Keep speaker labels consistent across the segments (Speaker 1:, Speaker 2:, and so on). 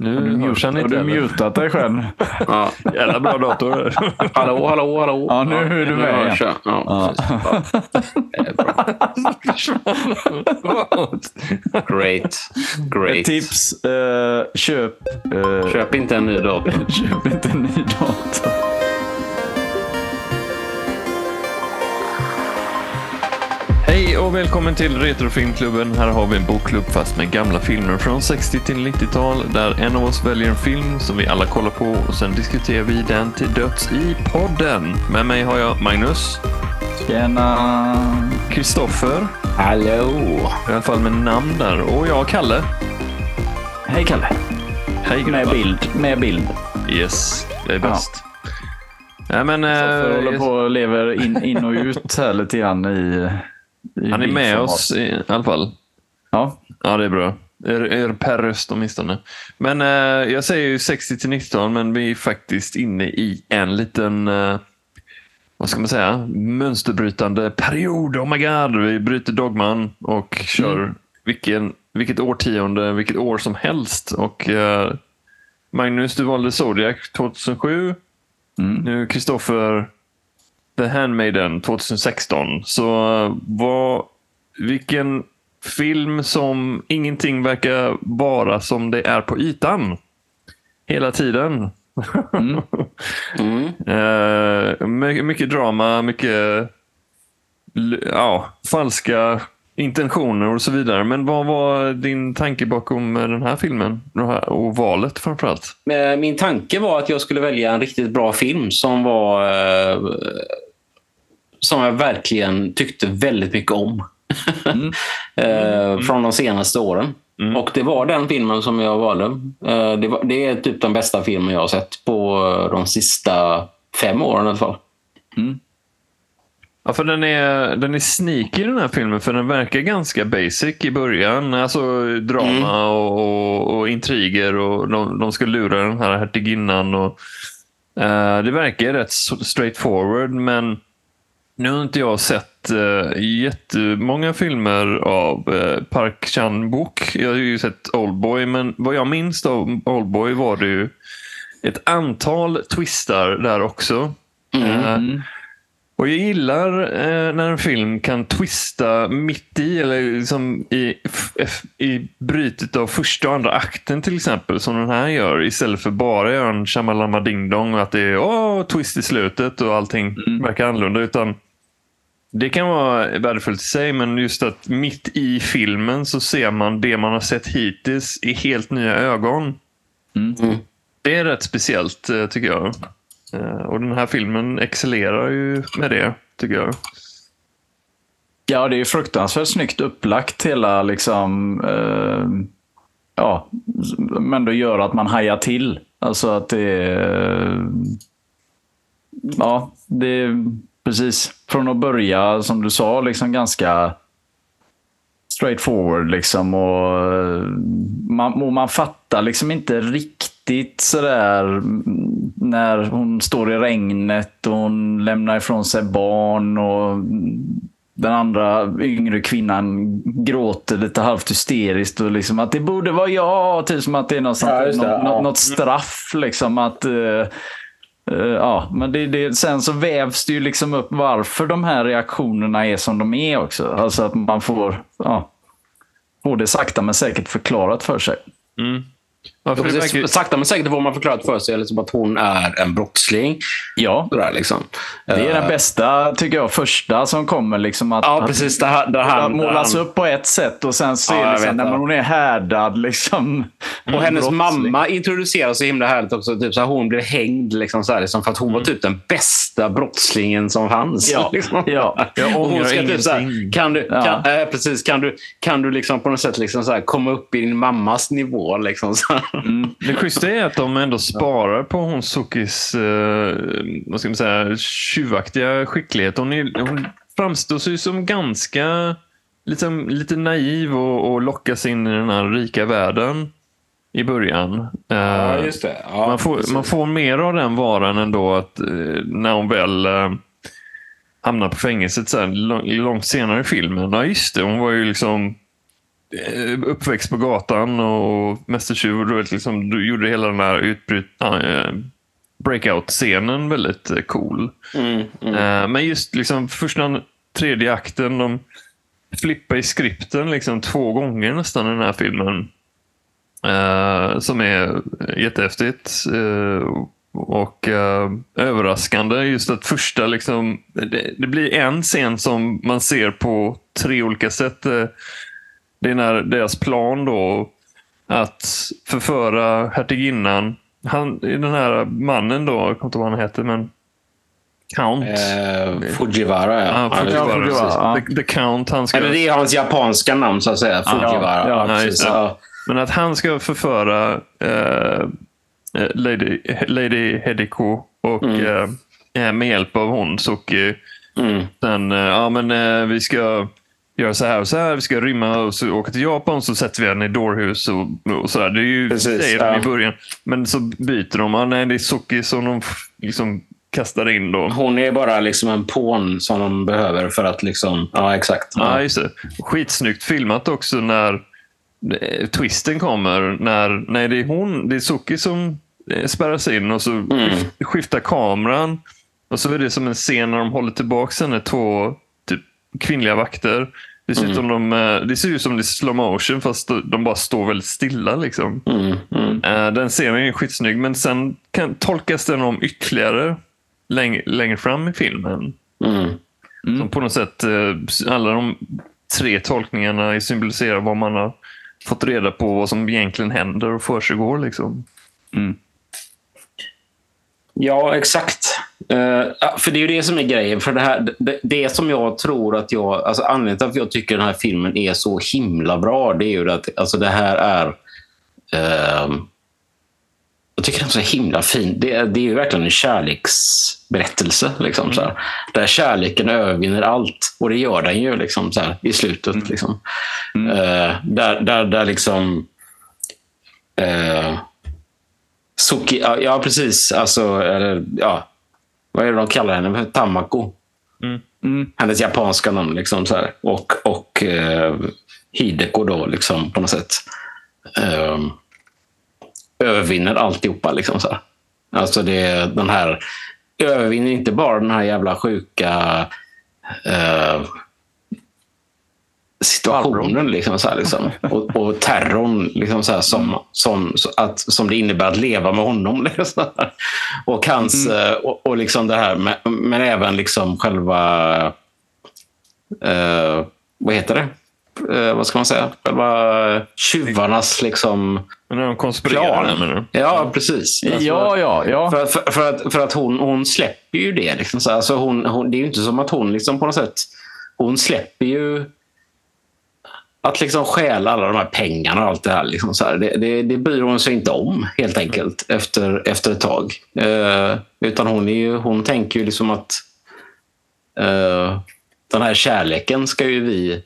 Speaker 1: Nu hörs han inte.
Speaker 2: Har du mutat dig själv?
Speaker 3: Ja.
Speaker 1: Jävla bra dator.
Speaker 3: Hallå.
Speaker 2: Ja, nu är du med igen.
Speaker 3: Ja. Great.
Speaker 2: Ett tips.
Speaker 3: Köp inte en ny dator.
Speaker 2: Köp inte en ny dator.
Speaker 1: Hej och välkommen till Retrofilmklubben. Här har vi en bokklubb fast med gamla filmer från 60 till 90-tal där en av oss väljer en film som vi alla kollar på och sen diskuterar vi den till döds i podden. Med mig har jag Magnus.
Speaker 2: Tjena.
Speaker 1: Kristoffer.
Speaker 3: Hallå.
Speaker 1: I alla fall med namn där. Och jag, Kalle.
Speaker 2: Hej Kalle.
Speaker 1: Hej
Speaker 2: Med bild.
Speaker 1: Yes, det är bäst. Ja, men
Speaker 2: Kristoffer håller på och lever in och ut här lite grann i
Speaker 1: han är med oss i alla fall.
Speaker 2: Ja,
Speaker 1: det är bra. Er per röst åtminstone. Men jag säger ju 60 till 90-tal, men vi är faktiskt inne i en liten vad ska man säga, mönsterbrytande period. Oh my god, vi bryter dogman och kör vilket årtionde, vilket år som helst. Och Magnus, du valde Zodiac 2007. Nu Kristoffer The Handmaiden 2016. Så vilken film som ingenting verkar vara som det är på ytan hela tiden. Mycket drama, mycket falska intentioner och så vidare. Men vad var din tanke bakom den här filmen och valet framförallt?
Speaker 3: Min tanke var att jag skulle välja en riktigt bra film som jag verkligen tyckte väldigt mycket om. Från de senaste åren. Och det var den filmen som jag valde. Det är typ den bästa filmen jag har sett på de sista 5 åren i alla fall.
Speaker 1: Ja, för den är sneaky den här filmen, för den verkar ganska basic i början. Alltså drama och intriger och de ska lura den här hertiginnan och det verkar rätt straightforward, men nu har inte jag sett jättemånga filmer av Park Chan-wook. Jag har ju sett Oldboy, men vad jag minns av Oldboy var det ju ett antal twistar där också. Och jag gillar när en film kan twista mitt i, eller liksom i brytet av första och andra akten till exempel, som den här gör, istället för bara göra en shamalama ding dong och att det är twist i slutet och allting verkar annorlunda, utan det kan vara värdefullt i sig, men just att mitt i filmen så ser man det man har sett hittills i helt nya ögon. Det är rätt speciellt, tycker jag. Och den här filmen excellerar ju med det, tycker jag.
Speaker 2: Ja, det är ju fruktansvärt snyggt upplagt hela liksom men det gör att man hajar till. Alltså att det är precis från att börja, som du sa, liksom ganska straightforward liksom, och man fattar liksom inte riktigt sådär när hon står i regnet och hon lämnar ifrån sig barn och den andra yngre kvinnan gråter lite halvt hysteriskt och liksom att det borde vara jag, typ som att det är något straff liksom, att men sen så vävs det ju liksom upp varför de här reaktionerna är som de är också. Alltså att man får det sakta men säkert förklarat för sig.
Speaker 3: Sakta men säkert får man förklarat för sig liksom att hon är en brottsling.
Speaker 2: Ja,
Speaker 3: sådär, liksom.
Speaker 2: Det är den bästa, tycker jag, första som kommer liksom att
Speaker 3: precis, det här
Speaker 2: målas upp på ett sätt och sen så är liksom, när hon är härdad liksom.
Speaker 3: Och hennes mamma introduceras så himla härligt också, typ så här, hon blir hängd liksom, så här, liksom, för att hon var typ den bästa brottslingen som fanns. Liksom. Och hon ska typ så här, kan du liksom på något sätt liksom så här, komma upp i din mammas nivå liksom, så här.
Speaker 1: Det schyssta är att de ändå sparar på hon Sukis vad ska man säga, tjuvaktiga skicklighet. Hon framstår sig som ganska lite naiv och lockas in i den här rika världen i början.
Speaker 3: Just det.
Speaker 1: Man får mer av den varan ändå, att när hon väl hamnar på fängelset så här, långt senare i filmen. Ja, just det, hon var ju liksom uppväxt på gatan och mästertjuv, och liksom, du gjorde hela den här breakout-scenen väldigt cool. Men just liksom första tredje akten, de flippar i skripten liksom 2 gånger nästan i den här filmen. Som är jättehäftigt och överraskande. Just att första liksom, det blir en scen som man ser på 3 olika sätt. Det är när deras plan då att förföra hertiginnan. Den här mannen då, jag kommer inte ihåg vad han heter, men Count.
Speaker 3: Fujiwara, ja.
Speaker 1: Fujiwara. The Count. Han ska...
Speaker 3: Eller det är hans japanska namn, så att säga. Fujiwara.
Speaker 1: Ja, precis. Ja. Men att han ska förföra Lady Hediko och med hjälp av hon Suki. Sen, vi ska göra så här och så här. Vi ska rymma och så åka till Japan, så sätter vi henne i dårhus och sådär. Det är ju det i början. Men så byter de. Nej, det är Suki som de liksom kastar in då.
Speaker 3: Hon är bara liksom en pån som de behöver för att liksom... Ja, exakt.
Speaker 1: Ja, just det. Skitsnyggt filmat också när twisten kommer. När det är Suki som spärras in och så skiftar kameran. Och så är det som en scen när de håller tillbaka henne, 2 typ kvinnliga vakter. Det ser ut som det är slow motion, fast de bara står väldigt stilla liksom. Den scenen är skitsnygg, men sen tolkas den om ytterligare längre fram i filmen. Som på något sätt alla de 3 tolkningarna symboliserar vad man har fått reda på, vad som egentligen händer och försiggår liksom.
Speaker 3: Ja, exakt. För det är ju det som är grejen. För det som jag tror att alltså anledningen till att jag tycker den här filmen är så himla bra, det är ju att alltså det här är jag tycker den är så himla fin. Det är ju verkligen en kärleksberättelse liksom, så här, där kärleken övervinner allt, och det gör den ju liksom, så här, i slutet liksom. Där liksom Suki, ja precis, alltså, eller ja, vad är det de kallar henne? Tamako. Hennes japanska namn liksom, så här. Och Hideko då liksom, på något sätt övervinner alltihopa liksom, så här. Alltså den här övervinner inte bara den här jävla sjuka situationen liksom, så här, liksom. Och terrorn liksom, så här, som det innebär att leva med honom liksom, och hans och liksom det här men även liksom själva vad heter det, vad ska man säga, själva tjuvarnas liksom
Speaker 1: plan.
Speaker 3: Ja, precis. Alltså,
Speaker 2: ja.
Speaker 3: För att hon släpper ju det liksom, så alltså hon det är ju inte som att hon liksom på något sätt, hon släpper ju att liksom stjäla alla de här pengarna och allt det här liksom, så här. Det bryr hon sig inte om helt enkelt efter ett tag. Utan hon tänker ju liksom att den här kärleken ska ju vi...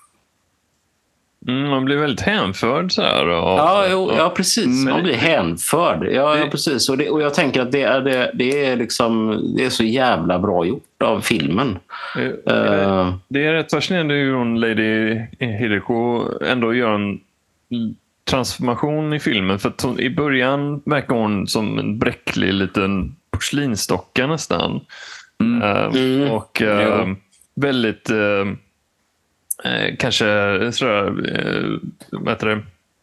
Speaker 1: Man blir väldigt hänförd så här.
Speaker 3: Ja, precis. Man blir hänförd. Ja, precis. Och jag tänker att det är liksom, det är så jävla bra gjort av filmen.
Speaker 1: Det är rätt fascinerande hur hon, Lady Hideko, ändå gör en transformation i filmen. För att i början verkar hon som en bräcklig liten porslinsdocka nästan. Och väldigt... kanske sådär, vad heter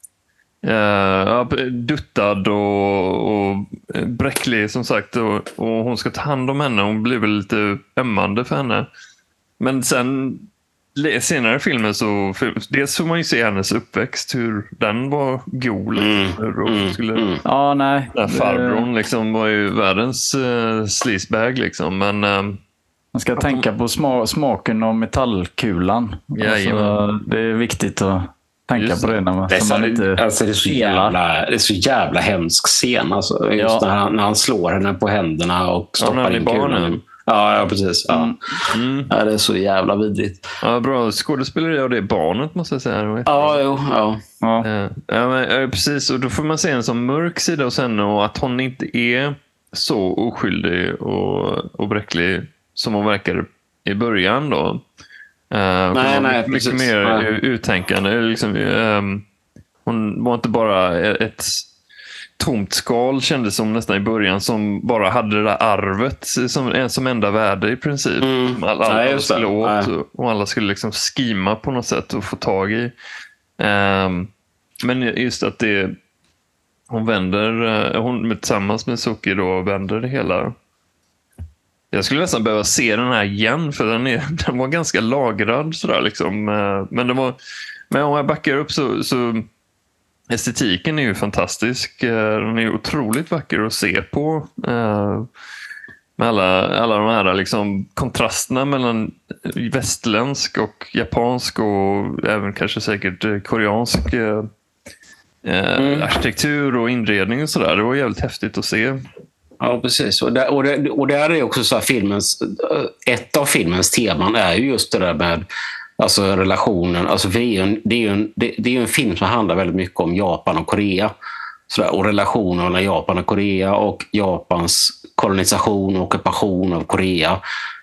Speaker 1: det, duttad och bräcklig som sagt, och hon ska ta hand om henne. Hon blir väl lite ömmande för henne, men sen senare i filmen så dels får man ju se hennes uppväxt, hur den var god liksom. Farbrorn liksom var ju världens sleazebag liksom, men
Speaker 2: man ska tänka på smaken av metallkulan. Alltså, det är viktigt att tänka på det. När
Speaker 3: det är så jävla hemsk scen. Alltså, just när han slår henne på händerna och stoppar in kulan. Ja, precis. Ja. Ja, det är så jävla vidrigt.
Speaker 1: Ja, bra skådespeleri av det barnet, måste jag säga. Men, precis. Och då får man se en som mörk sida hos henne, och att hon inte är så oskyldig och bräcklig som hon verkar i början då.
Speaker 3: Nej,
Speaker 1: mycket
Speaker 3: precis.
Speaker 1: mer uttänkande. Liksom, hon var inte bara ett tomt skal, kändes som nästan i början, som bara hade det där arvet som enda värde i princip. Alla skulle åt och alla skulle liksom skima på något sätt och få tag i. Men just att hon vänder, tillsammans med Suki då vänder det hela. Jag skulle nästan behöva se den här igen, för den var ganska lagrad sådär liksom. Men om jag backar upp så estetiken är ju fantastisk. Den är otroligt vacker att se på. Med alla de här liksom kontrasterna mellan västländsk och japansk och även kanske säkert koreansk arkitektur och inredning och sådär. Det var jävligt häftigt att se.
Speaker 3: Ja, precis. Och där är också så här ett av filmens teman är ju just det där med alltså relationen. Alltså det är ju en film som handlar väldigt mycket om Japan och Korea. Sådär, och relationen mellan Japan och Korea och Japans kolonisation och ockupation av Korea.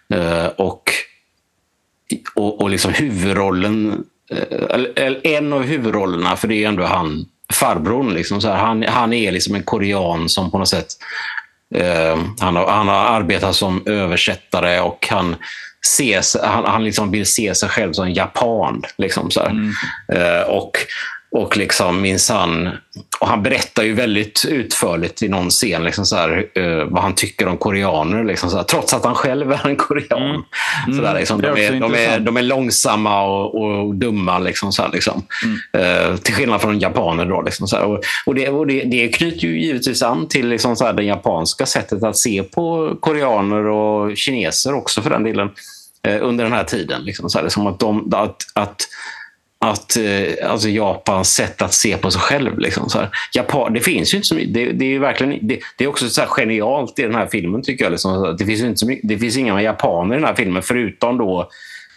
Speaker 3: Och liksom huvudrollen, eller en av huvudrollerna, för det är ju ändå farbrorn. Liksom, så här, han är liksom en korean som på något sätt han har arbetat som översättare och han liksom vill se sig själv som japan liksom så här. Och liksom minsann, och han berättar ju väldigt utförligt i någon scen liksom så här, vad han tycker om koreaner liksom så här, trots att han själv är en korean. Så där, liksom, de är långsamma och dumma liksom så här, liksom. Till skillnad från japaner då liksom så här. Och det knyter ju givetvis an till liksom så här, det japanska sättet att se på koreaner och kineser också för den delen under den här tiden liksom så här, som att alltså Japans sätt att se på sig själv liksom så här. Japan, det finns ju inte så mycket, det är ju verkligen det är också så här genialt i den här filmen tycker jag liksom, det finns ju inte så mycket, det finns inga japaner i den här filmen förutom då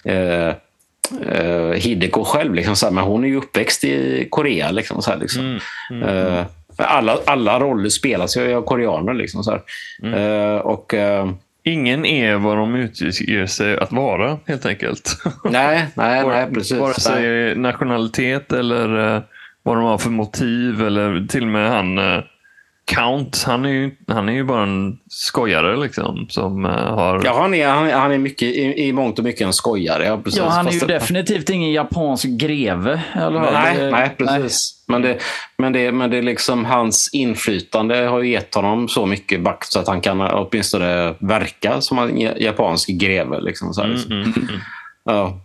Speaker 3: Hideko själv liksom så här, men hon är ju uppväxt i Korea liksom så här liksom. Alla roller spelas ju av koreaner liksom så här. Och
Speaker 1: ingen är vad de utger sig att vara, helt enkelt.
Speaker 3: Nej, precis.
Speaker 1: Vare sig nationalitet eller vad de har för motiv, eller till och med han Count, han är ju bara en skojare liksom, som har...
Speaker 3: Ja, han är mycket, i mångt och mycket en skojare. Ja, precis.
Speaker 2: Ja, han är ju definitivt ingen japansk greve. Eller?
Speaker 3: Nej, precis. Nej. Men det är liksom hans inflytande har ju gett honom så mycket makt så att han kan åtminstone verka som en japansk greve. Liksom, så här. Ja.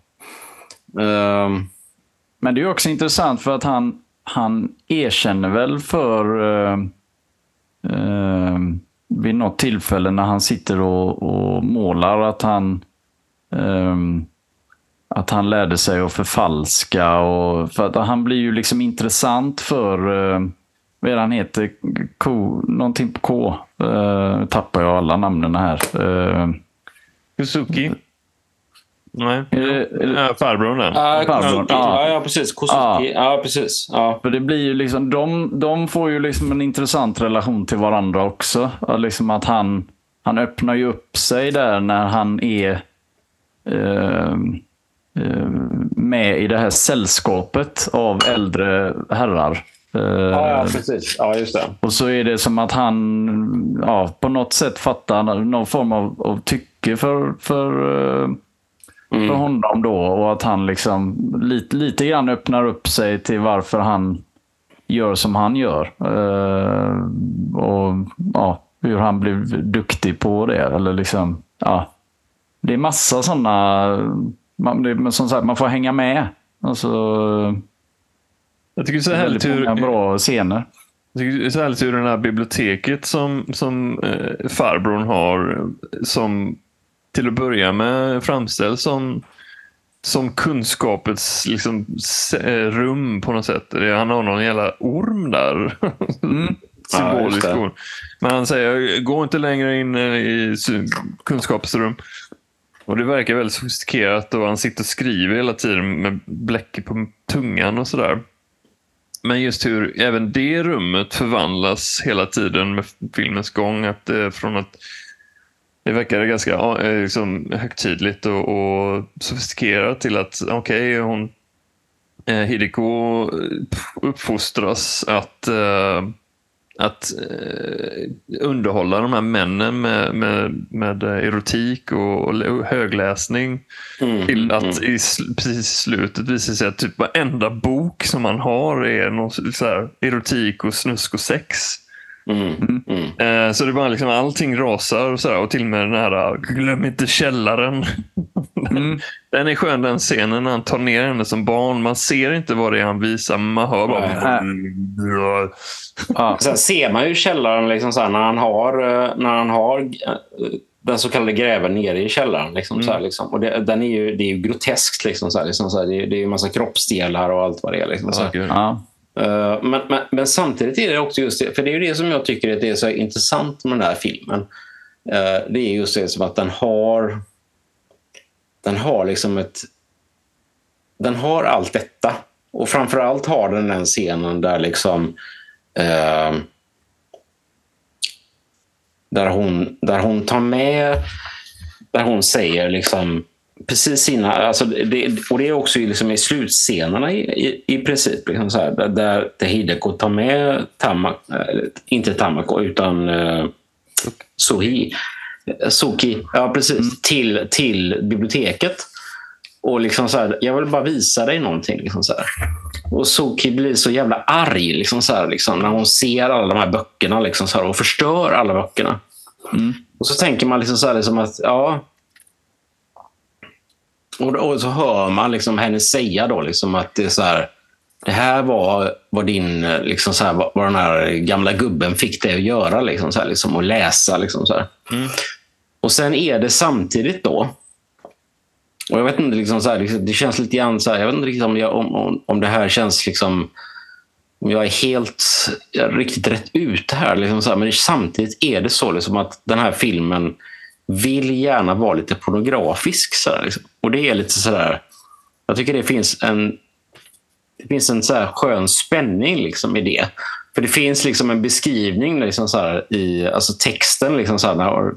Speaker 2: Men det är ju också intressant för att han erkänner väl för... vid något tillfälle när han sitter och målar att han lärde sig att förfalska, och för att han blir ju liksom intressant för vad han heter, någonting på K, tappar jag alla namnen här.
Speaker 1: Kusuki. Nej. Farbrorn där.
Speaker 2: Farbrorn.
Speaker 3: Ja, precis. Kosuki. Ja, precis. Ja.
Speaker 2: För det blir ju liksom, de får ju liksom en intressant relation till varandra också. Liksom att han öppnar ju upp sig där när han är med i det här sällskapet av äldre herrar.
Speaker 3: Ja, precis. Ja, just det.
Speaker 2: Och så är det som att han på något sätt fattar någon form av tycke för honom då, och att han liksom lite grann öppnar upp sig till varför han gör som han gör. Och hur han blev duktig på det, eller liksom det är massa sådana, som sagt, man får hänga med. Alltså,
Speaker 1: jag tycker det är så härligt hur
Speaker 2: bra scener.
Speaker 1: Jag tycker det är så härligt hur det här biblioteket som farbrorn har, som till att börja med framställs som kunskapets liksom, rum på något sätt. Han har någon jävla orm där. Symbolisk orm. Men han säger, gå inte längre in i kunskapsrum. Och det verkar väldigt sofistikerat, och han sitter och skriver hela tiden med bläck på tungan och sådär. Men just hur även det rummet förvandlas hela tiden med filmens gång. Att från att Det verkar ganska liksom, högtidligt och sofistikerat till att hon Hideko uppfostras att underhålla de här männen med erotik och högläsning till att precis i slutet visar sig att typ varenda bok som man har är någon så här erotik och snusk och sex. Så det bara liksom allting rasar och sådär, och till och med den här glöm inte källaren. Den är skön, den scenen när han tar ner henne som barn. Man ser inte vad det är han visar, men man hör bara
Speaker 3: Sen ser man ju källaren liksom så här, när han har den så kallade gräven nere i källaren liksom, så här, liksom. Och det är ju groteskt liksom, så här, det är ju en massa kroppsdelar och allt vad det är liksom, så här. Men samtidigt är det också just det, för det är ju det som jag tycker att det är så intressant med den här filmen. Det är just det som att den har liksom den har allt detta, och framförallt har den scenen där liksom där hon tar med, där hon säger liksom precis sina, alltså och det är också liksom i slutscenerna i princip liksom så här, där Hideko tar med inte Tamako utan Suki, ja precis, till biblioteket, och liksom så här, jag vill bara visa dig någonting liksom så här. Och Suki blir så jävla arg liksom så här, liksom, när hon ser alla de här böckerna liksom så här, och förstör alla böckerna. Och så tänker man liksom så här, liksom att och så hör man liksom henne säga då liksom att det är så här, det här var din liksom så här, vad den här gamla gubben fick dig att göra liksom så här, liksom, och läsa liksom så här. Och sen är det samtidigt då, och jag vet inte liksom så här, det känns lite grann så här, jag vet inte riktigt om det här känns liksom, om jag är helt riktigt rätt ut här liksom så här, men samtidigt är det så liksom att den här filmen vill gärna vara lite pornografisk så här, liksom. Och det är lite så där, jag tycker det finns en så här skön spänning liksom i det. För det finns liksom en beskrivning liksom så här i alltså texten liksom så här,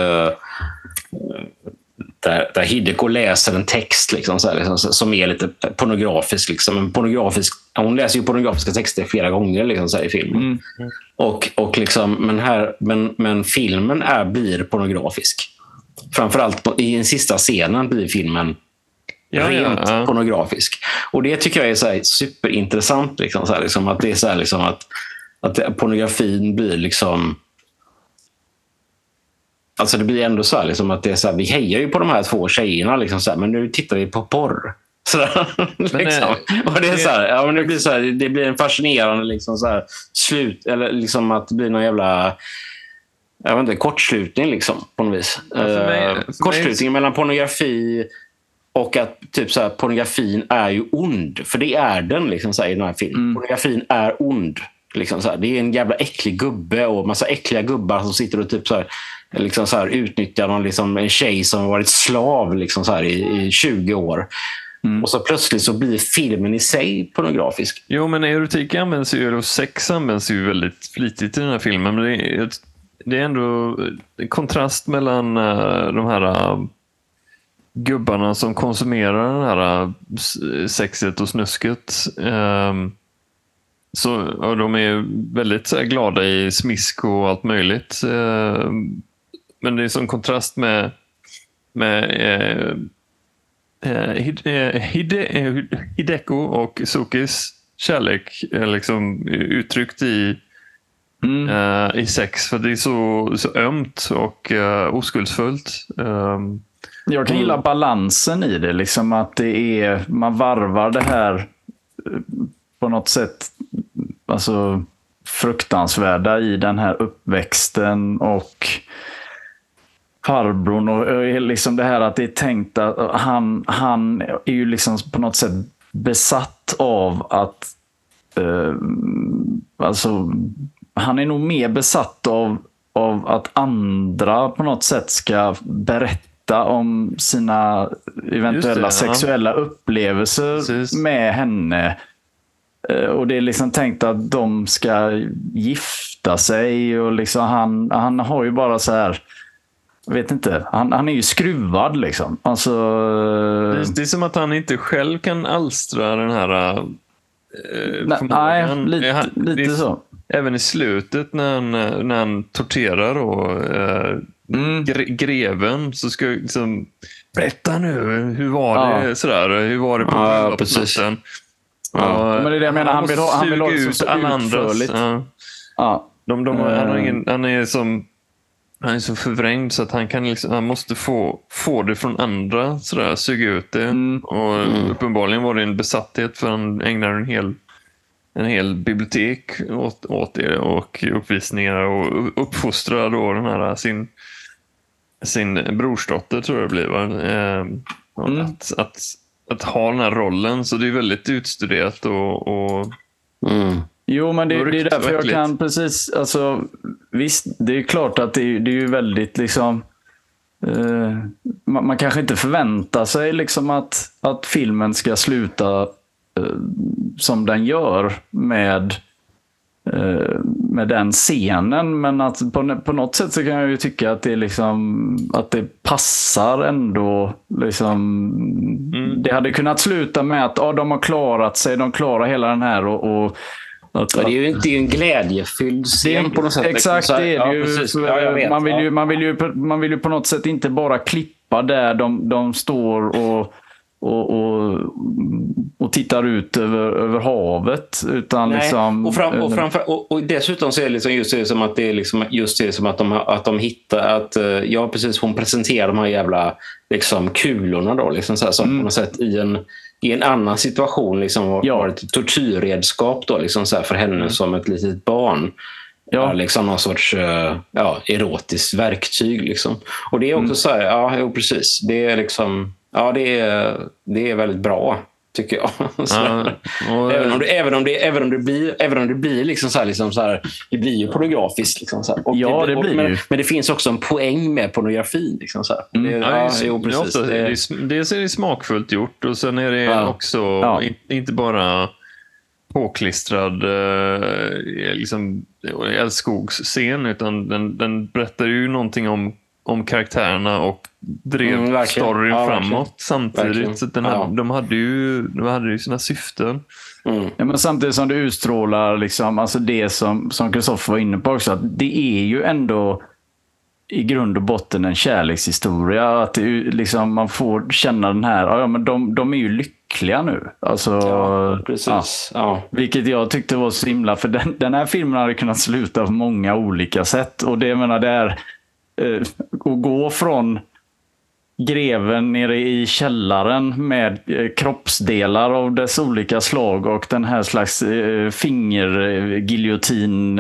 Speaker 3: där Hideko läser en text liksom så här, liksom, som är lite pornografisk liksom, hon läser ju pornografiska texter flera gånger liksom så här, i filmen. Och liksom, men filmen blir pornografisk. Framförallt i den sista scenen blir filmen rent pornografisk. Och det tycker jag är så här superintressant liksom, så här, liksom, att det är så här, liksom, att pornografin blir liksom, alltså det blir ändå så här, liksom, att det är så här, vi hejar ju på de här två tjejerna liksom, så här, men nu tittar vi på porr. Liksom. Och det är så här, men det blir så här, det blir en fascinerande liksom så här slut, eller liksom att det blir någon jävla, jag vet inte, kortslutning liksom på något vis. Kortslutning mellan pornografi och att typ så här, pornografin är ju ond, för det är den liksom så här, i den här filmen. Pornografin är ond liksom så här. Det är en jävla äcklig gubbe och massa äckliga gubbar som sitter och typ så här, liksom så här, utnyttjar någon, liksom, en tjej som har varit slav liksom så här, i 20 år. Och så plötsligt så blir filmen i sig pornografisk.
Speaker 1: Jo, men erotik används ju, och sex används ju väldigt flitigt i den här filmen. Men det är ändå en kontrast mellan de här gubbarna som konsumerar den här sexet och snusket. Och de är väldigt så här, glada i smisk och allt möjligt. Men det är som kontrast med Hideko och Sukis kärlek liksom uttryckt i sex, för det är så ömt och oskuldsfullt.
Speaker 2: Jag kan gilla balansen i det, liksom att det är, man varvar det här på något sätt, alltså fruktansvärda i den här uppväxten och farbrorn, och liksom det här att det är tänkt att han är ju liksom på något sätt besatt av att alltså han är nog mer besatt av att andra på något sätt ska berätta om sina eventuella sexuella upplevelser med henne. Och det är liksom tänkt att de ska gifta sig, och liksom han har ju bara så här, jag vet inte. Han är ju skruvad liksom. Alltså,
Speaker 1: det är som att han inte själv kan alstra den här
Speaker 2: nej, lite så.
Speaker 1: Även i slutet när han torterar och greven, så ska liksom berätta nu, hur var det sådär, hur var det på bröllopsnatten?
Speaker 2: Men det är det jag menar, han vill ha det så
Speaker 1: alla andras. Han är så förvrängd så att han kan liksom, han måste få det från andra, sådär, suga ut det. Och uppenbarligen var det en besatthet, för han ägnar en hel bibliotek åt det, och uppvisningar, och uppfostrar då den här sin brorsdotter, tror jag det blir, va? Att ha den här rollen, så det är väldigt utstuderat och
Speaker 2: Jo, men det är därför jag kan precis, alltså visst, det är klart att det är ju väldigt liksom man kanske inte förväntar sig liksom att filmen ska sluta som den gör med den scenen, men att på något sätt så kan jag ju tycka att det liksom, att det passar ändå liksom. Det hade kunnat sluta med att de har klarat sig, de klarar hela den här och
Speaker 3: det är ju inte en glädjefylld scen på något sätt.
Speaker 2: Exakt, det är det ju. Man vill ju på något sätt inte bara klippa där de står och tittar ut över havet, utan liksom,
Speaker 3: och dessutom så är det liksom just det som att det är liksom just det som att de hittar att precis, hon presenterar de här jävla liksom kulorna då liksom så här, som på något sätt i en annan situation liksom var ett tortyrredskap då liksom så här, för henne som ett litet barn. Liksom någon sorts erotiskt verktyg liksom. Och det är också så här, precis. Det är liksom det är väldigt bra, tycker jag. Även om det blir liksom så här, det blir ju pornografiskt liksom så här. Och
Speaker 2: det blir ju.
Speaker 3: Men det finns också en poäng med pornografin liksom så här.
Speaker 1: Dels är det smakfullt gjort, och sen är det också inte bara påklistrad liksom älskogsscen, utan den berättar ju någonting om karaktärerna och drev storyn framåt samtidigt. Så de hade ju sina syften.
Speaker 2: Ja, men samtidigt som det utstrålar liksom, alltså det som Kristoffer var inne på också, att det är ju ändå i grund och botten en kärlekshistoria, att det liksom, man får känna den här, men de är ju lyckliga nu. Alltså,
Speaker 3: precis.
Speaker 2: Vilket jag tyckte var så himla, för den här filmen hade kunnat sluta på många olika sätt, och det menar, det är att gå från greven nere i källaren med kroppsdelar av dess olika slag och den här slags fingergiljotin,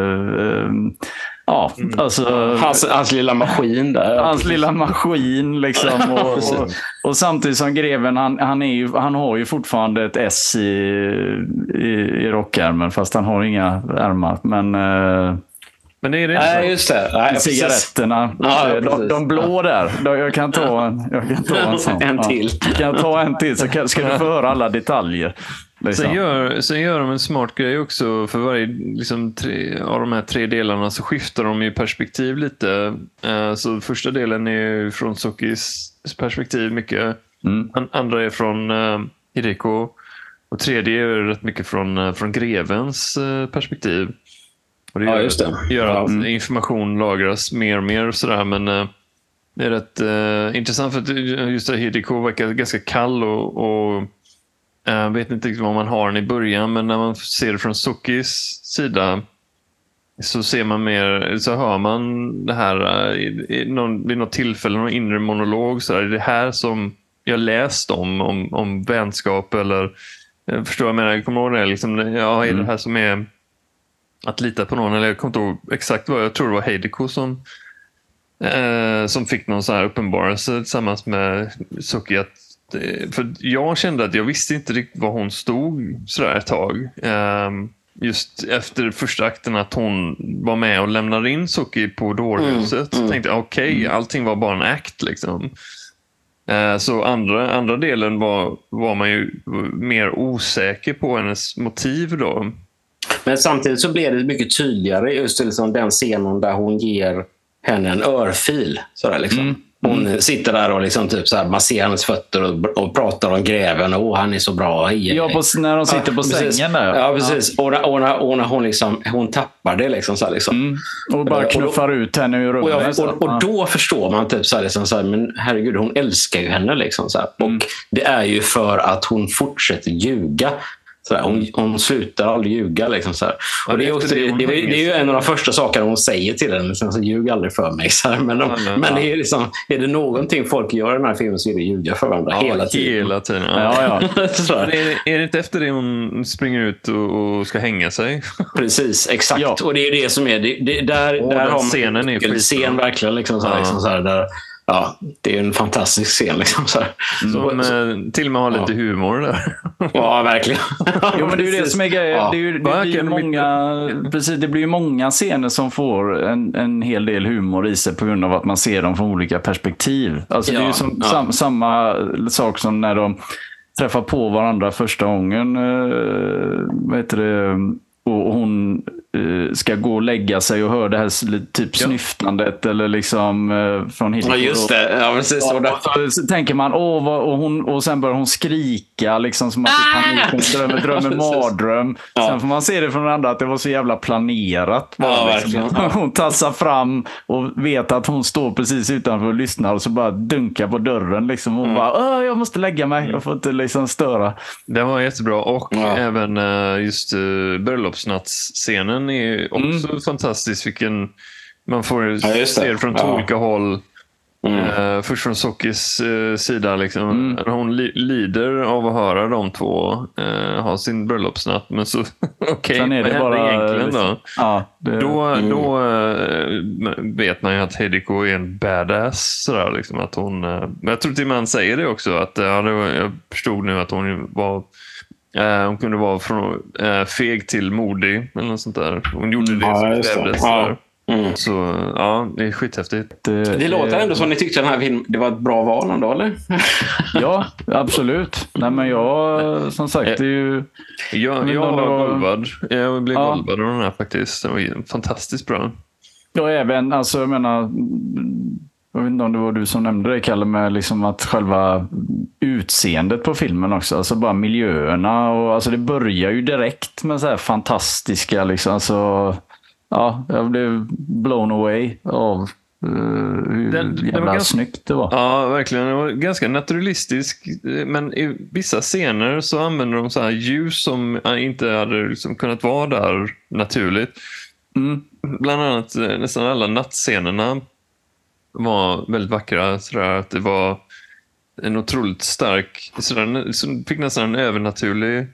Speaker 2: alltså
Speaker 3: hans lilla maskin där.
Speaker 2: Hans lilla maskin liksom, och samtidigt som greven, han har ju fortfarande ett S i rockärmen, fast han har inga ärmar, men det är det.
Speaker 3: Nej, just det. Nej,
Speaker 2: cigaretterna. De blå där. Jag kan ta en sån.
Speaker 3: En till.
Speaker 2: Jag kan ta en till, så ska du få höra alla detaljer. Liksom.
Speaker 1: Sen gör de en smart grej också. För varje liksom, av de här 3 delarna så skiftar de i perspektiv lite. Så första delen är från Sokis perspektiv mycket. Andra är från Hideko. Och tredje är rätt mycket från grevens perspektiv. Och det gör att information lagras mer och mer och sådär, men det är rätt intressant, för att just det, Hideko verkar ganska kall och vet inte riktigt vad man har den i början, men när man ser det från Sokis sida så ser man mer, så hör man det här vid något tillfälle, någon inre monolog så där, det här som jag läst om vänskap, eller förstår vad jag menar, jag kommer ihåg det liksom, är det här som är att lita på någon, eller jag kommer inte ihåg exakt vad, jag tror det var Hideko som fick någon sån här uppenbarelse tillsammans med Soki, för jag kände att jag visste inte riktigt vad hon stod sådär ett tag, just efter första akten, att hon var med och lämnade in Soki på dårhuset. Så tänkte jag allting var bara en akt liksom. Så andra delen var man ju mer osäker på hennes motiv då.
Speaker 3: Men samtidigt så blev det mycket tydligare just liksom den scenen där hon ger henne en örfil. Sådär, liksom. Hon sitter där och liksom typ så här masserar hennes fötter och pratar om gräven. Han är så bra.
Speaker 2: Ja, när de sitter på sängen där.
Speaker 3: Ja, precis. Och när hon, liksom, hon tappar det. Liksom, så här, liksom.
Speaker 2: Och bara knuffar ut henne ur rummet.
Speaker 3: Och då förstår man typ så här, liksom, så här, men herregud, hon älskar ju henne. Liksom, så här. Och det är ju för att hon fortsätter ljuga. Hon slutar aldrig ljuga. Liksom, så här. Och det är ju en av de första sakerna hon säger till henne. Liksom, så ljug aldrig för mig. Så här. Men det är, liksom, är det någonting folk gör i den här filmen så är det ljuga för varandra hela tiden.
Speaker 2: Ja.
Speaker 1: Är det inte efter det hon springer ut och ska hänga sig?
Speaker 3: Precis, exakt. Ja. Och det är det som är... där har man
Speaker 1: scenen är
Speaker 3: scen verkligen. Liksom, så här, liksom, så här, där, ja, det är en fantastisk scen. Liksom, så här.
Speaker 1: Som till och med har lite humor där.
Speaker 3: Ja, verkligen.
Speaker 2: Jo, men det är ju det som är grejen. Ja. Det blir ju många scener som får en hel del humor i sig på grund av att man ser dem från olika perspektiv. Alltså det är ju som samma sak som när de träffar på varandra första gången. Vad heter det? Och hon ska gå och lägga sig och hör det här typ snyftandet eller liksom från Hideko.
Speaker 3: Ja, just det. Ja, precis.
Speaker 2: Så tänker man, och sen börjar hon skrika liksom som att det drömmer mardröm. Ja. Sen får man se det från den andra att det var så jävla planerat. Liksom. Hon tassar fram och vet att hon står precis utanför och lyssnar och så bara dunkar på dörren liksom. Hon bara, jag måste lägga mig. Jag får inte liksom störa.
Speaker 1: Det var jättebra och även just bröllopsnattsscenen är också fantastisk. Man får se det från två olika håll. Först från Sokis sida liksom, när hon lider av att höra de två ha sin bröllopsnatt, men så okej, vad händer egentligen då? Då vet man ju att Hideko är en badass sådär, liksom, att hon, jag tror till man säger det också att jag förstod nu att hon var hon kunde vara från feg till modig eller något sånt där. Hon gjorde det som krävdes där. Så ja, det är skithäftigt.
Speaker 3: Det låter ändå som ni tyckte den här filmen, det var ett bra val ändå, eller?
Speaker 2: Ja, absolut. Nej, men jag, som sagt, det är ju...
Speaker 1: Jag var golvad. Jag blev golvad av den här faktiskt. Den var fantastiskt bra.
Speaker 2: Ja, även, alltså jag menar... Jag vet inte om det var du som nämnde det, Kalle, med liksom att själva utseendet på filmen också. Alltså bara miljöerna. Och, alltså det börjar ju direkt med så här fantastiska... Liksom, alltså, ja, jag blev blown away av hur jävla snyggt det var.
Speaker 1: Ja, verkligen. Det var ganska naturalistisk. Men i vissa scener så använder de så här ljus som inte hade liksom kunnat vara där naturligt. Bland annat nästan alla nattscenerna var väldigt vackra. Sådär, att det var en otroligt stark... Sådär, så fick nästan en övernaturlig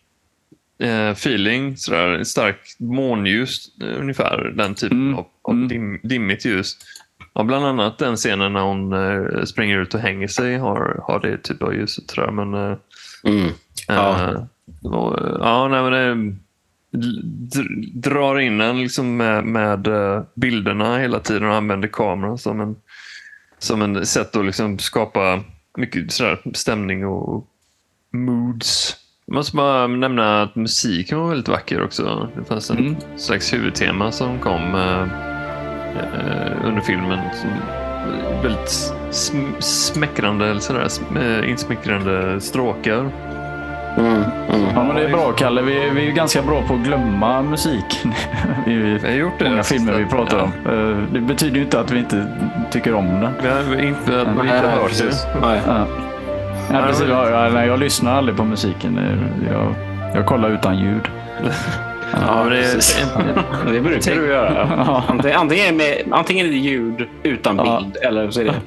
Speaker 1: feeling, sådär, starkt månljus ungefär, den typen av dimmigt ljus. Ja, bland annat den scenen när hon springer ut och hänger sig har det typ av ljuset tror jag, men drar in en liksom med bilderna hela tiden och använder kameran som en sätt att liksom skapa mycket sådär stämning och moods. Jag måste bara nämna att musiken var väldigt vacker också. Det fanns en slags huvudtema som kom under filmen. Som väldigt smäckrande, eller sådär, insmickrande stråkar.
Speaker 2: Ja, men det är bra, Kalle. Vi är ganska bra på att glömma musiken.
Speaker 1: Vi har gjort det.
Speaker 2: Många filmer vi pratar om. Det betyder ju inte att vi inte tycker om den.
Speaker 1: Vi har inte hört det.
Speaker 2: Ja, precis. Jag lyssnar aldrig på musiken. Jag kollar utan ljud.
Speaker 3: Ja, det brukar du göra. Antingen är det ljud utan bild eller så är det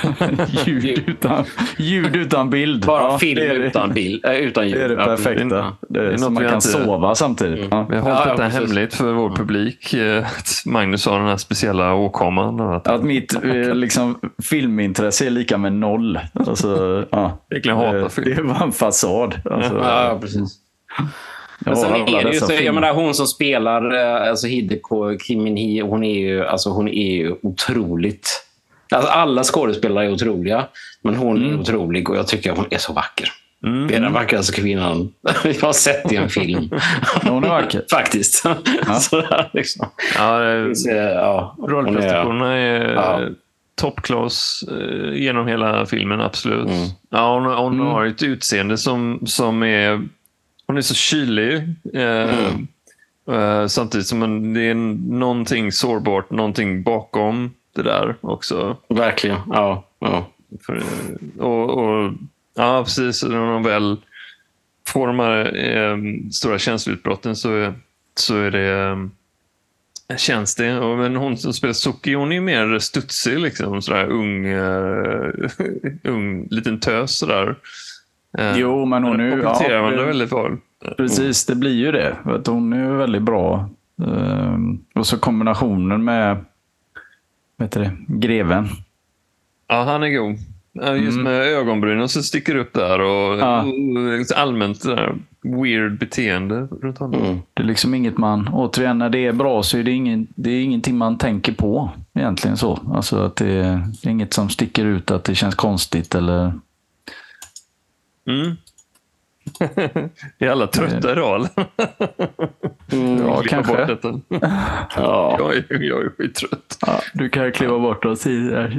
Speaker 2: ljud utan bild.
Speaker 3: Bara film utan bild, utan ljud.
Speaker 2: Det är det perfekta. Det är så man kan sova samtidigt.
Speaker 1: Vi har hållit detta hemligt för vår publik. Att Magnus har den här speciella åkomman.
Speaker 2: Att mitt liksom, filmintresse är lika med 0. Alltså,
Speaker 1: det
Speaker 3: var
Speaker 2: en fasad. Alltså,
Speaker 3: ja, precis. Men sen är det just, jag menar, hon som spelar alltså Hideko Kim Min-hee, hon är ju otroligt, alltså alla skådespelare är otroliga, men hon är otrolig och jag tycker att hon är så vacker. Det är den vackraste kvinnan jag har sett i en film.
Speaker 2: Hon är vacker.
Speaker 3: Faktiskt. Sådär, liksom.
Speaker 1: Rollprestationerna är top class genom hela filmen, absolut. Ja, hon har ett utseende som är... Hon är så kylig. Samtidigt som det är någonting sårbart, någonting bakom det där också.
Speaker 3: Verkligen, ja.
Speaker 1: Ja, precis. När de väl får de här stora känsloutbrotten så är det känns det. Men hon som spelar Suki, hon är mer studsig liksom, sådär ung liten tös sådär.
Speaker 2: Jo, men hon är
Speaker 1: kompletterar varandra väldigt väl.
Speaker 2: Precis, det blir ju det. Hon är ju väldigt bra. Och så kombinationen med greven.
Speaker 1: Ja, han är god. Just med ögonbrynen som sticker upp där och allmänt där weird beteende runt honom.
Speaker 2: Det är liksom inget man, återigen när det är bra så är det är ingenting man tänker på egentligen så. Alltså att det är inget som sticker ut, att det känns konstigt eller...
Speaker 1: Är alla trötta idag?
Speaker 2: Ja, kanske.
Speaker 1: Ja. Jag är skittrött.
Speaker 2: Ja, du kan kliva bort och säga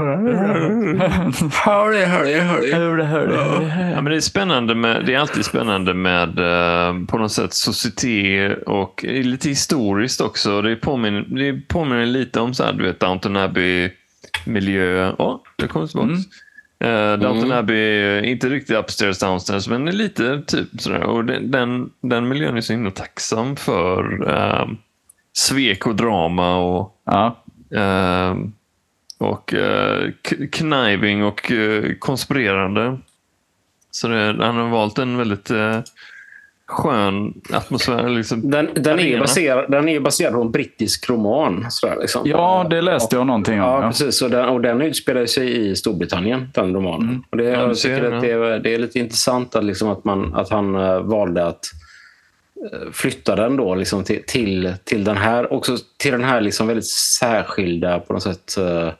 Speaker 1: Ja, men det är spännande det är alltid spännande med på något sätt societet och lite historiskt också. Det påminner lite om så här, du vet, Downton Abbey miljö. Det kommer tillbaka. Downton Abbey är inte riktigt upstairs downstairs, men lite typ sådär. Och den miljön är så himla tacksam för svek och drama och kniving och konspirerande. Så han har valt en väldigt skön atmosfär. Liksom,
Speaker 3: den är baserad på en brittisk roman. Sådär, liksom.
Speaker 2: Ja, det läste jag någonting om.
Speaker 3: Ja, precis. Och den utspelar sig i Storbritannien, den romanen. Och jag tycker att det är lite intressant att, liksom, att han valde att flytta den då liksom, till den här, också till den här liksom, väldigt särskilda, på något sätt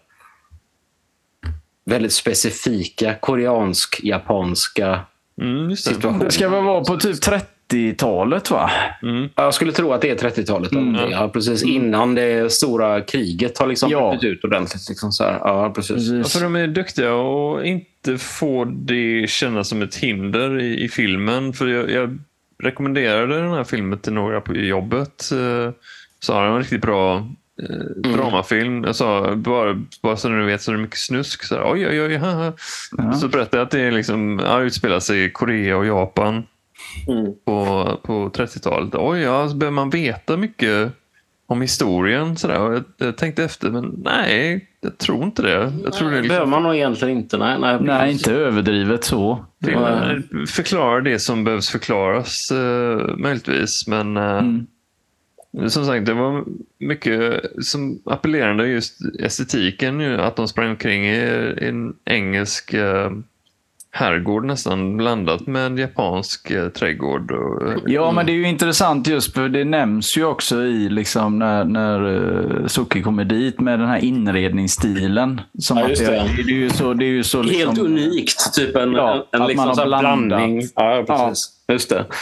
Speaker 3: väldigt specifika koreansk-japanska situationen.
Speaker 2: Det ska väl vara på typ 30-talet, va?
Speaker 3: Jag skulle tro att det är 30-talet. Ja, precis innan det stora kriget har liksom brutit ut ordentligt. Liksom så här. Ja, precis.
Speaker 1: Ja, för de är duktiga och inte får det kännas som ett hinder i filmen. För jag rekommenderade den här filmen till några på jobbet. Så har den en riktigt bra dramafilm. Jag sa, bara så du vet, så är det mycket snusk. Så här, oj. Så berättade jag att det liksom, utspelar sig i Korea och Japan på 30-talet. Så behöver man veta mycket om historien. Så där. Och jag tänkte efter, men nej, jag tror inte det. Jag tror det liksom,
Speaker 3: behöver man nog egentligen inte.
Speaker 2: Nej, inte överdrivet så.
Speaker 1: Förklara det som behövs förklaras, möjligtvis. Men som sagt, det var mycket som appellerande, just estetiken, att de sprang omkring i en engelsk herrgård nästan blandat med japansk trädgård.
Speaker 2: Ja, men det är ju intressant just för det nämns ju också i liksom när Suki kommer dit med den här inredningsstilen. Som
Speaker 3: ja, just det.
Speaker 2: Det är ju så liksom,
Speaker 3: helt unikt, typ en liksom så blandning. Ja, precis. Ja. Just det.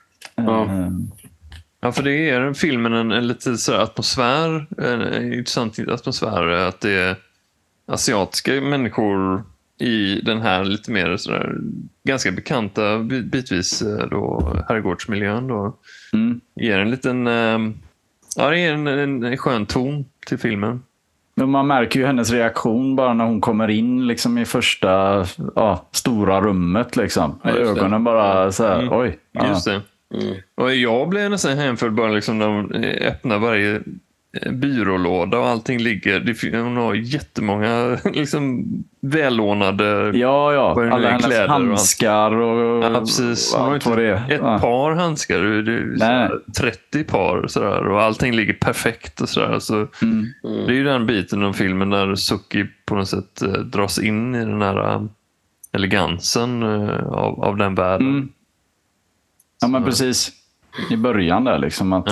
Speaker 1: Ja, för det är filmen en lite så atmosfär, en intressant atmosfär, att det är asiatiska människor i den här lite mer sådär, ganska bekanta bitvis då, herrgårdsmiljön då. Ger en liten det är en skön ton till filmen.
Speaker 2: Men man märker ju hennes reaktion bara när hon kommer in liksom i första stora rummet liksom. Ja, ögonen bara så här, oj. Ja.
Speaker 1: Just det. Och jag blev nästan hänförd bara liksom när de öppnar varje byrålåda och allting ligger. Hon har jättemånga liksom vällånade
Speaker 2: alla hennes handskar och
Speaker 1: precis. Allt vad det är. Ett par handskar, det är 30 par sådär, och allting ligger perfekt och sådär. Så det är ju den biten av filmen där Suki på något sätt dras in i den här elegansen av den världen.
Speaker 2: Ja, men precis. I början där liksom att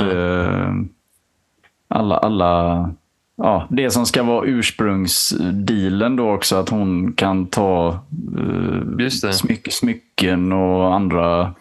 Speaker 2: alla det som ska vara ursprungsdealen då också, att hon kan ta smycken och andra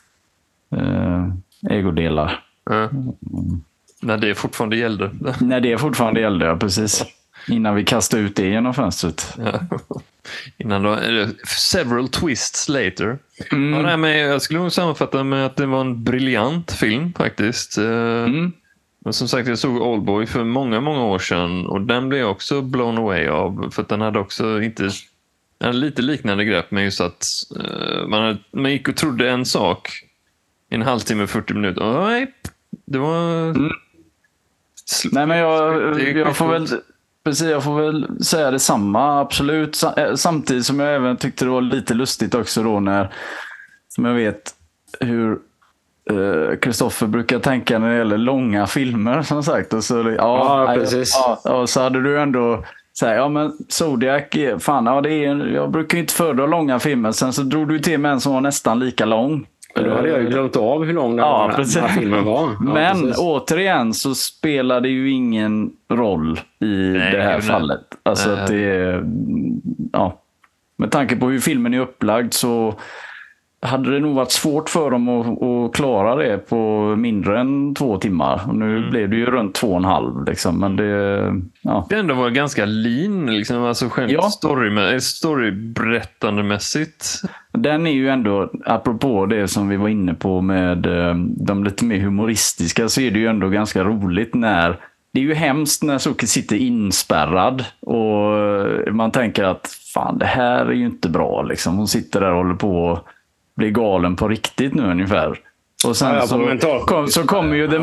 Speaker 2: ägodelar.
Speaker 1: När det fortfarande gällde.
Speaker 2: När det fortfarande gällde, ja, precis. Innan vi kastade ut det genom fönstret.
Speaker 1: Ja. Innan då, several twists later. Ja, nej, men jag skulle nog sammanfatta med att det var en briljant film faktiskt. Men som sagt, jag såg Oldboy för många, många år sedan och den blev jag också blown away av, för att den hade också lite liknande grepp med just att man gick och trodde en sak i en halvtimme, 40 minuter. Och nej, det var...
Speaker 2: Nej, men jag får väl säga detsamma, absolut. Samtidigt som jag även tyckte det var lite lustigt också då när, som jag vet hur Kristoffer brukar tänka när det gäller långa filmer, som sagt. Och så,
Speaker 3: precis.
Speaker 2: Och så hade du ändå säga, ja men Zodiac, fan, ja, jag brukar ju inte föredra långa filmer. Sen så drog du till med en som var nästan lika lång.
Speaker 3: Då hade jag ju glömt av hur lång den här filmen var.
Speaker 2: Men precis. Återigen så spelar det ju ingen roll i det här fallet. Alltså att det, ja, med tanke på hur filmen är upplagd så hade det nog varit svårt för dem att klara det på mindre än 2 timmar. Och nu blev det ju runt 2,5 liksom. Men det
Speaker 1: ändå var ganska lean liksom, alltså själv storyberättandemässigt.
Speaker 2: Den är ju ändå, apropå det som vi var inne på med de lite mer humoristiska, så är det ju ändå ganska roligt när det är ju hemskt när Sookie sitter inspärrad och man tänker att fan, det här är ju inte bra liksom. Hon sitter där och håller på att bli galen på riktigt nu ungefär. Och sen så kommer ju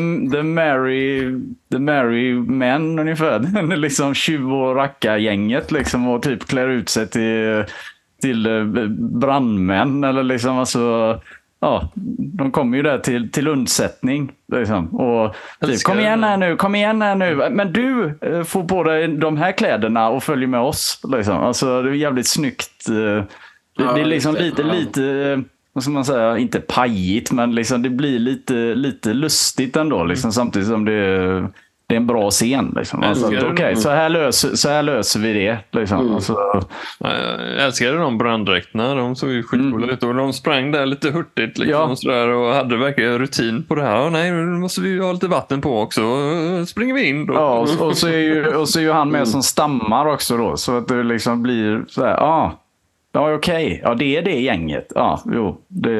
Speaker 2: the merry men ungefär. Den är liksom tjuv- och rackargänget liksom, och typ klär ut sig till brandmän eller liksom, alltså, ja, de kommer ju där till undsättning liksom. Och typ, kom igen här nu, men du får på dig de här kläderna och följer med oss liksom. Alltså det är jävligt snyggt. Det är liksom lite vad ska man säga, inte pajigt, men liksom det blir lite lustigt ändå liksom, samtidigt som det är en bra scen liksom. Alltså, okej, så här löser vi det liksom. Alltså,
Speaker 1: jag älskade de branddräkterna, de såg ju skitcoola ut och de sprang där lite hurtigt liksom, och, sådär, och hade verkligen rutin på det här. Och nej, nu måste vi ha lite vatten på också, springer vi in då.
Speaker 2: Ja, och så är ju han med som stammar också då, så att det liksom blir så här, ja, okej. Ja, det är det gänget. Ja, jo.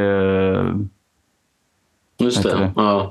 Speaker 3: Just det. Ja.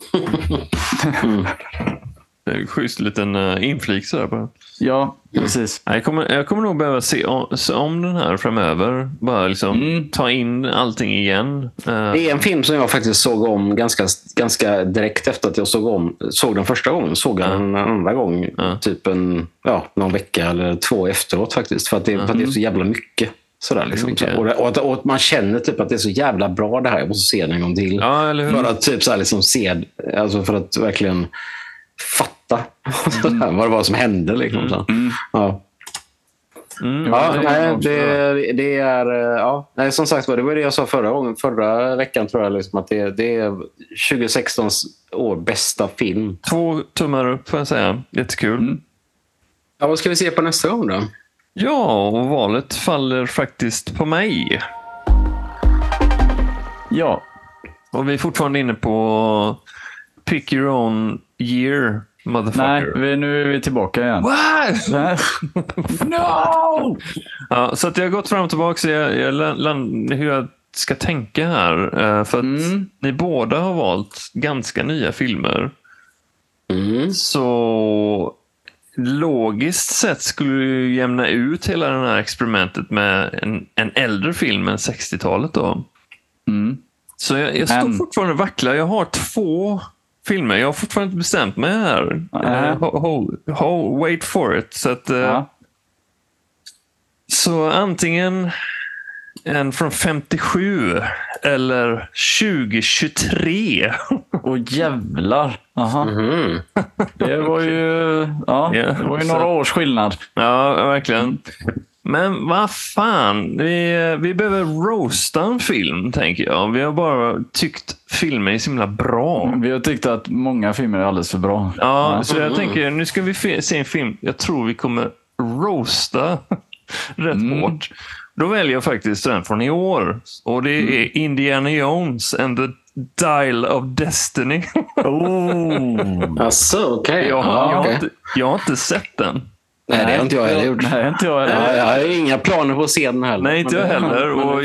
Speaker 1: Det är schysst liten inflik sådär bara.
Speaker 2: Ja, precis.
Speaker 1: Jag kommer nog behöva se om den här framöver. Bara liksom ta in allting igen.
Speaker 3: Det är en film som jag faktiskt såg om ganska direkt efter att jag såg den första gången. Såg den en andra gång. Typ någon vecka eller 2 efteråt faktiskt. För att det är så jävla mycket. Sådär, liksom. Och att man känner typ att det är så jävla bra det här. Jag måste se den en gång till.
Speaker 1: Ja, eller hur?
Speaker 3: För att typ så här, liksom, alltså för att verkligen fatta vad det var som hände. Liksom, så. Nej, som sagt, det var det jag sa förra veckan tror jag, liksom, att det är 2016s bästa film.
Speaker 1: 2 tummar upp får jag säga. Jättekul.
Speaker 3: Ja, vad ska vi se på nästa gång då?
Speaker 1: Ja, och valet faller faktiskt på mig.
Speaker 2: Ja.
Speaker 1: Och vi är fortfarande inne på pick your own year, motherfucker.
Speaker 2: Nej, nu är vi tillbaka igen.
Speaker 1: What?
Speaker 2: No!
Speaker 1: Ja, så att jag har gått fram och tillbaka hur jag ska tänka här. För att ni båda har valt ganska nya filmer. Så logiskt sett skulle du jämna ut hela det här experimentet med en äldre film än 60-talet då. Så jag står fortfarande och vacklar. Jag har 2 filmer. Jag har fortfarande inte bestämt mig här. Wait for it. Så att, så antingen en från 57 eller 2023.
Speaker 2: Åh jävlar. Aha. Det var ju det var ju några års skillnad.
Speaker 1: Ja, verkligen. Men vad fan, vi behöver roasta en film, tänker jag. Vi har bara tyckt filmen är så himla bra.
Speaker 2: Vi har tyckt att många filmer är alldeles för bra.
Speaker 1: Ja, så jag tänker, nu ska vi se en film. Jag tror vi kommer roasta rätt hårt. Då väljer jag faktiskt den från i år. Och det är Indiana Jones and the Dial of Destiny.
Speaker 3: Alltså, okej.
Speaker 1: Jag har inte sett den.
Speaker 3: Nej, det har inte jag heller gjort.
Speaker 2: Nej, inte jag heller.
Speaker 3: Jag har inga planer på att se den heller.
Speaker 1: Nej, inte jag heller. Och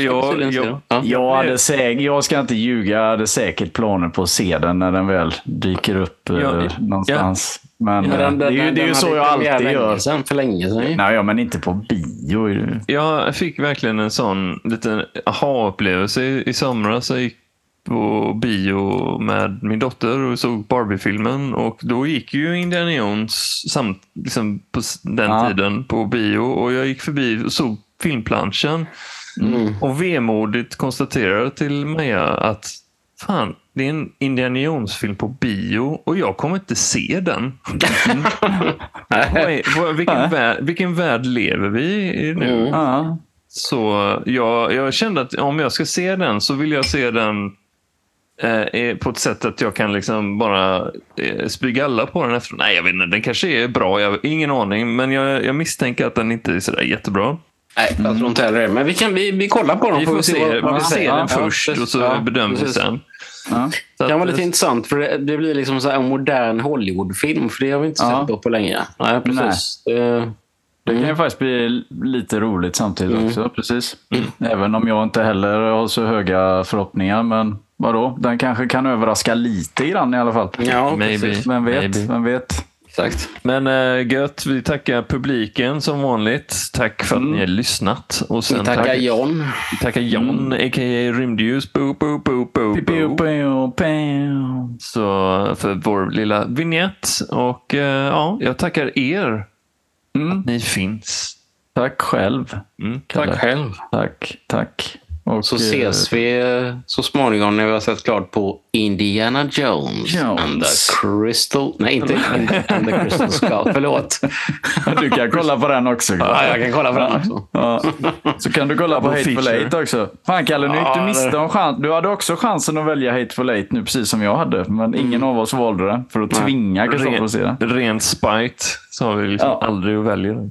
Speaker 2: jag ska inte ljuga. Jag hade säkert planer på att se den när den väl dyker upp någonstans. Men det är ju så jag alltid gör.
Speaker 3: För länge sedan.
Speaker 2: Nej, men inte på bio.
Speaker 1: Jag fick verkligen en sån liten aha-upplevelse i somras. Jag gick på bio med min dotter och såg Barbie-filmen, och då gick ju Indiana Jones liksom på den tiden på bio, och jag gick förbi och såg filmplanschen och vemodigt konstaterade till Maja att fan, det är en Indiana Jones-film på bio och jag kommer inte se den. Vilken värld lever vi i nu? Så jag kände att om jag ska se den så vill jag se den på ett sätt att jag kan liksom bara spy alla på den efter. Nej, jag vet inte, den kanske är bra, jag har ingen aning, men jag misstänker att den inte är sådär jättebra.
Speaker 3: Nej, jag tror inte heller det. Men vi kollar på den.
Speaker 1: Vi får se den först och så bedömer vi sen.
Speaker 3: Det kan vara lite intressant, för det blir liksom så här en modern Hollywoodfilm, för det har vi inte sett på länge. Nej, precis.
Speaker 2: Det kan ju faktiskt bli lite roligt samtidigt också, precis. Även om jag inte heller har så höga förhoppningar, men vadå? Den kanske kan överraska lite grann i alla fall.
Speaker 3: Ja,
Speaker 1: precis.
Speaker 2: Vem vet?
Speaker 3: Exakt.
Speaker 1: Men gött, vi tackar publiken som vanligt. Tack för att ni har lyssnat. Och sen
Speaker 3: tackar John.
Speaker 1: Tackar John, a.k.a. Rymdljus. Så för vår lilla vignett. Och jag tackar er att ni finns.
Speaker 2: Tack själv.
Speaker 3: Tack själv.
Speaker 2: Tack.
Speaker 3: Och så ses vi så småningom när vi har sett klart på Indiana Jones. And the Crystal... Nej, inte and the Crystal Skull. Förlåt.
Speaker 2: Du kan kolla på den också.
Speaker 3: Ja, jag kan kolla på den också.
Speaker 2: Ja. Så kan du kolla på Hateful Eight också. Fan, Kalle, nu gick du miste om chans. Du hade också chansen att välja Hateful Eight nu, precis som jag hade. Men ingen av oss valde den för att tvinga Kristoffer att se den.
Speaker 1: Ren spite, så har vi liksom aldrig att välja den.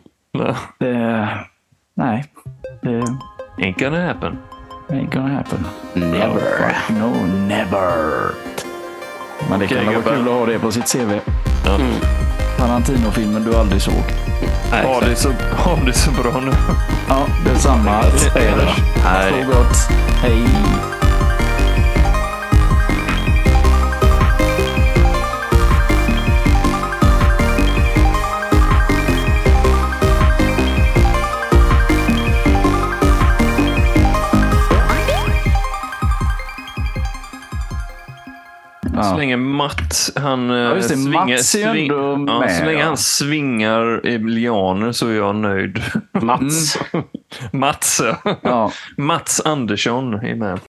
Speaker 2: Nej.
Speaker 1: Ain't gonna happen.
Speaker 2: Never. No, never. Men det kan vara kul att ha det på sitt CV. Tarantino-filmen du aldrig såg.
Speaker 1: Ha det så bra nu.
Speaker 2: Ja, detsamma.
Speaker 1: Hej.
Speaker 2: Så gott. Hej.
Speaker 1: Så länge Matt så länge han svingar lianer så är jag nöjd.
Speaker 3: Mats.
Speaker 1: Mats Andersson är med.